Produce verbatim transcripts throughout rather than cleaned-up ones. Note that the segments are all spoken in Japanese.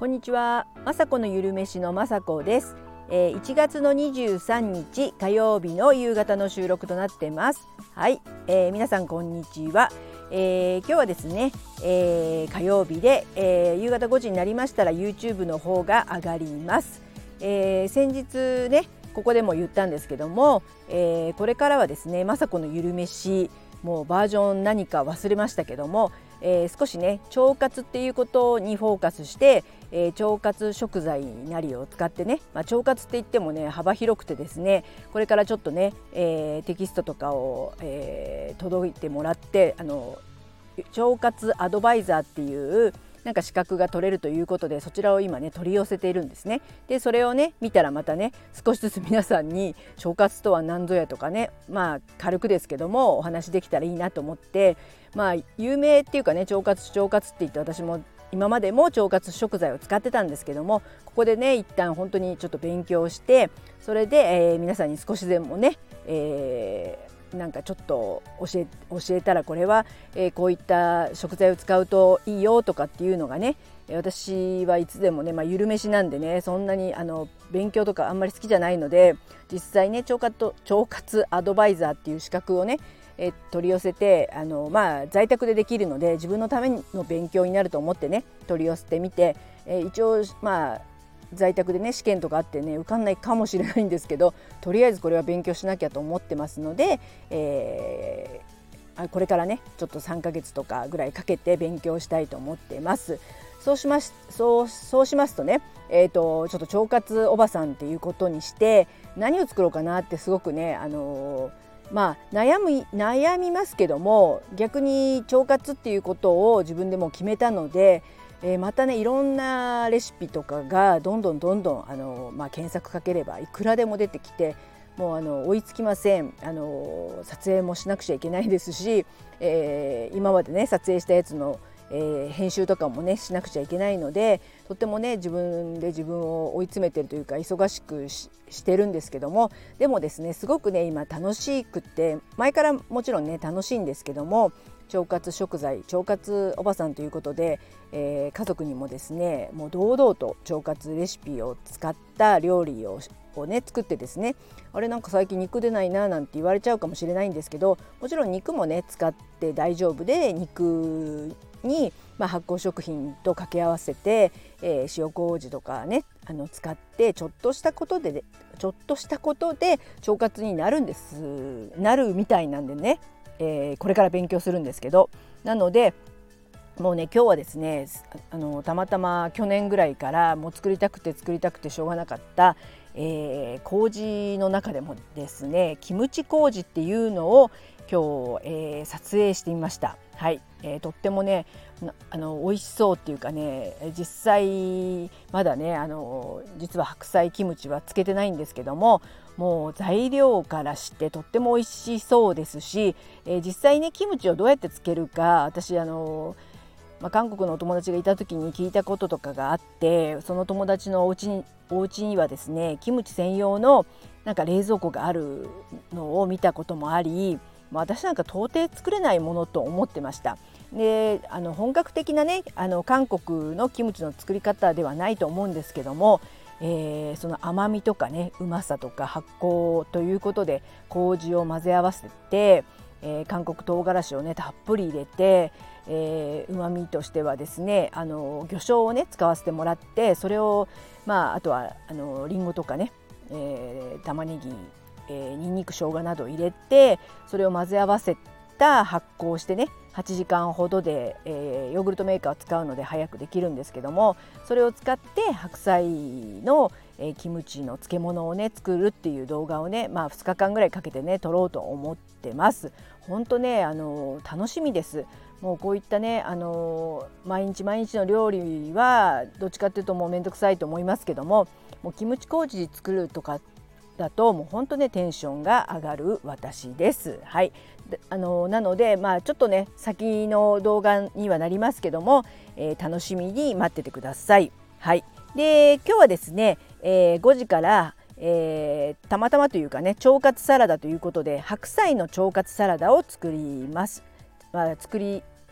こんにちは。まさこのゆるめしのまさこです。えー、いちがつのにじゅうさんにち火曜日の夕方の収録となっています。はい、えー、皆さんこんにちは。えー、今日はですね、えー、火曜日で、えー、夕方ごじになりましたら YouTube の方が上がります。えー、先日ねここでも言ったんですけども、えー、これからはですねまさこのゆるめしもうバージョン何か忘れましたけども、えー、少しね腸活っていうことにフォーカスして、えー、腸活食材なりを使ってね、まあ、腸活って言ってもね幅広くてですねこれからちょっとね、えー、テキストとかを、えー、届いてもらってあの腸活アドバイザーっていうなんか資格が取れるということでそちらを今ね取り寄せているんですね。でそれをね見たらまたね少しずつ皆さんに腸活とは何ぞやとかねまあ軽くですけどもお話できたらいいなと思ってまあ有名っていうかね腸活腸活って言って私も今までも腸活食材を使ってたんですけどもここでね一旦本当にちょっと勉強してそれで、えー、皆さんに少しでもね、えーなんかちょっと教え、教えたらこれは、えー、こういった食材を使うといいよとかっていうのがね私はいつでもね、まあ、ゆるめしなんでねそんなにあの勉強とかあんまり好きじゃないので実際ね腸活、腸活アドバイザーっていう資格をねえ取り寄せてあの、まあ、在宅でできるので自分のための勉強になると思ってね取り寄せてみて、え一応まあ在宅でね試験とかあってね受かんないかもしれないんですけどとりあえずこれは勉強しなきゃと思ってますので、えー、これからねちょっとさんかげつとかぐらいかけて勉強したいと思ってます。そうします、そう、そうしますとね、えーと、ちょっと腸活おばさんっていうことにして何を作ろうかなってすごくね、あのーまあ、悩む悩みますけども逆に腸活っていうことを自分でも決めたのでえー、またねいろんなレシピとかがどんどんどんどんあの、まあ、検索かければいくらでも出てきてもうあの追いつきません。あの撮影もしなくちゃいけないですし、えー、今までね撮影したやつの、えー、編集とかもねしなくちゃいけないのでとってもね自分で自分を追い詰めてるというか忙しく し, してるんですけどもでもですねすごくね今楽しくって前からもちろんね楽しいんですけども腸活食材腸活おばさんということで、えー、家族にもですねもう堂々と腸活レシピを使った料理ををね作ってですねあれなんか最近肉出ないななんて言われちゃうかもしれないんですけどもちろん肉もね使って大丈夫で肉に、まあ、発酵食品と掛け合わせて、えー、塩麹とかねあの使ってちょっとしたことでちょっとしたことで腸活になるんですなるみたいなんでね、えー、これから勉強するんですけどなのでもうね今日はですねあのたまたま去年ぐらいからもう作りたくて作りたくてしょうがなかった、えー、麹の中でもですねキムチ麹っていうのを今日、えー、撮影してみました。はい、えー、とってもねあの美味しそうっていうかね実際まだねあの実は白菜キムチはつけてないんですけどももう材料からしてとっても美味しそうですし、えー、実際ねキムチをどうやってつけるか私あのまあ、韓国のお友達がいた時に聞いたこととかがあってその友達のお家にお家にはですねキムチ専用のなんか冷蔵庫があるのを見たこともあり私なんか到底作れないものと思ってました。であの本格的なねあの韓国のキムチの作り方ではないと思うんですけども、えー、その甘みとかねうまさとか発酵ということで麹を混ぜ合わせて、えー、韓国唐辛子をねたっぷり入れてえー、うまみとしてはですねあの魚醤をね使わせてもらってそれを、まあ、あとはあのリンゴとかね、えー、玉ねぎ、えー、にんにく生姜などを入れてそれを混ぜ合わせた発酵してねはちじかんほどで、えー、ヨーグルトメーカーを使うので早くできるんですけどもそれを使って白菜の、えー、キムチの漬物をね作るっていう動画をね、まあ、ふつかかんぐらいかけてね撮ろうと思ってます。本当ねあの楽しみです。もうこういったね、あのー、毎日毎日の料理はどっちかっていうともうめんどくさいと思いますけどももうキムチ麹作るとかだともう本当ねテンションが上がる私です。はい、あのー、なので、まあ、ちょっとね先の動画にはなりますけども、えー、楽しみに待っててください。はい、で今日はですね、えー、ごじからえー、たまたまというかね腸活サラダということで白菜の腸活サラダを作ります。まあ、作り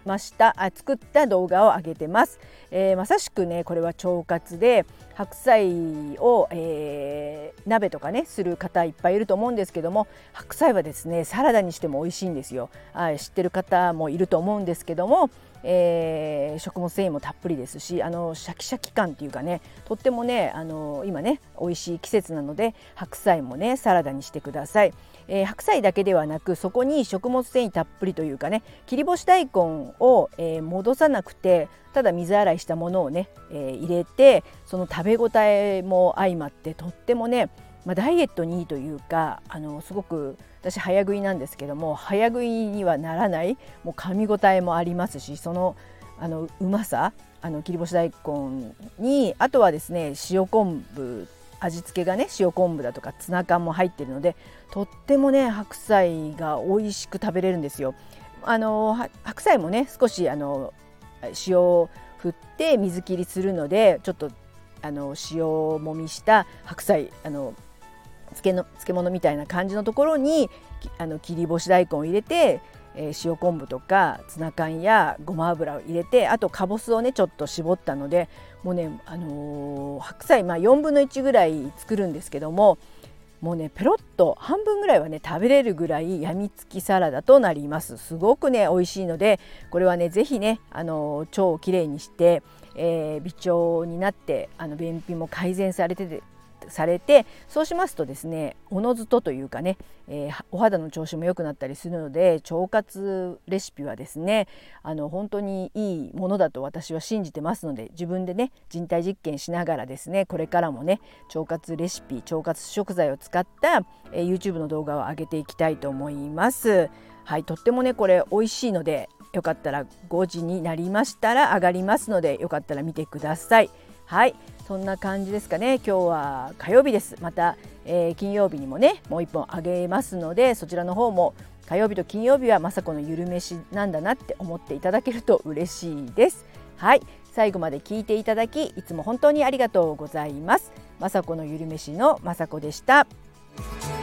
ましたあ作った動画を上げてます。えー、まさしくねこれは腸活で白菜を、えー、鍋とかねする方いっぱいいると思うんですけども、白菜はですねサラダにしても美味しいんですよ。あ知ってる方もいると思うんですけども、えー、食物繊維もたっぷりですし、あのシャキシャキ感っていうかね、とってもねあの今ね美味しい季節なので白菜もねサラダにしてください。えー、白菜だけではなくそこに食物繊維たっぷりというかね、切り干し大根を、えー、戻さなくてただ水洗いしたものをね、えー、入れて、その食べ応えも相まってとってもね、まあ、ダイエットにいいというか、あのすごく私早食いなんですけども、早食いにはならない、もう噛み応えもありますし、そのあのうまさ、あの切り干し大根にあとはですね塩昆布、味付けがね塩昆布だとかツナ缶も入っているので、とってもね白菜が美味しく食べれるんですよ。あの白菜もね少しあの塩を振って水切りするので、ちょっとあの塩もみした白菜、あの漬の漬物みたいな感じのところにあの切り干し大根を入れて、えー、塩昆布とかツナ缶やごま油を入れて、あとかぼすをねちょっと絞ったので、もうね、あのー、白菜、まあ、よんぶんのいちぐらい作るんですけども、もうねペロッと半分ぐらいはね食べれるぐらいやみつきサラダとなります。すごくね美味しいので、これはねぜひねあの腸をきれいにして、えー、微腸になってあの便秘も改善されててされて、そうしますとですねおのずとというかね、えー、お肌の調子も良くなったりするので、腸活レシピはですねあの本当にいいものだと私は信じてますので、自分でね人体実験しながらですね、これからもね腸活レシピ、腸活食材を使った、えー、YouTube の動画を上げていきたいと思います。はい、とってもねこれ美味しいので、よかったらごじになりましたら上がりますので、よかったら見てください。はい、そんな感じですかね。今日は火曜日です。また、えー、金曜日にもねもう一本あげますので、そちらの方も火曜日と金曜日はまさこのゆるめしなんだなって思っていただけると嬉しいです。はい、最後まで聞いていただきいつも本当にありがとうございます。まさこのゆるめしのまさこでした。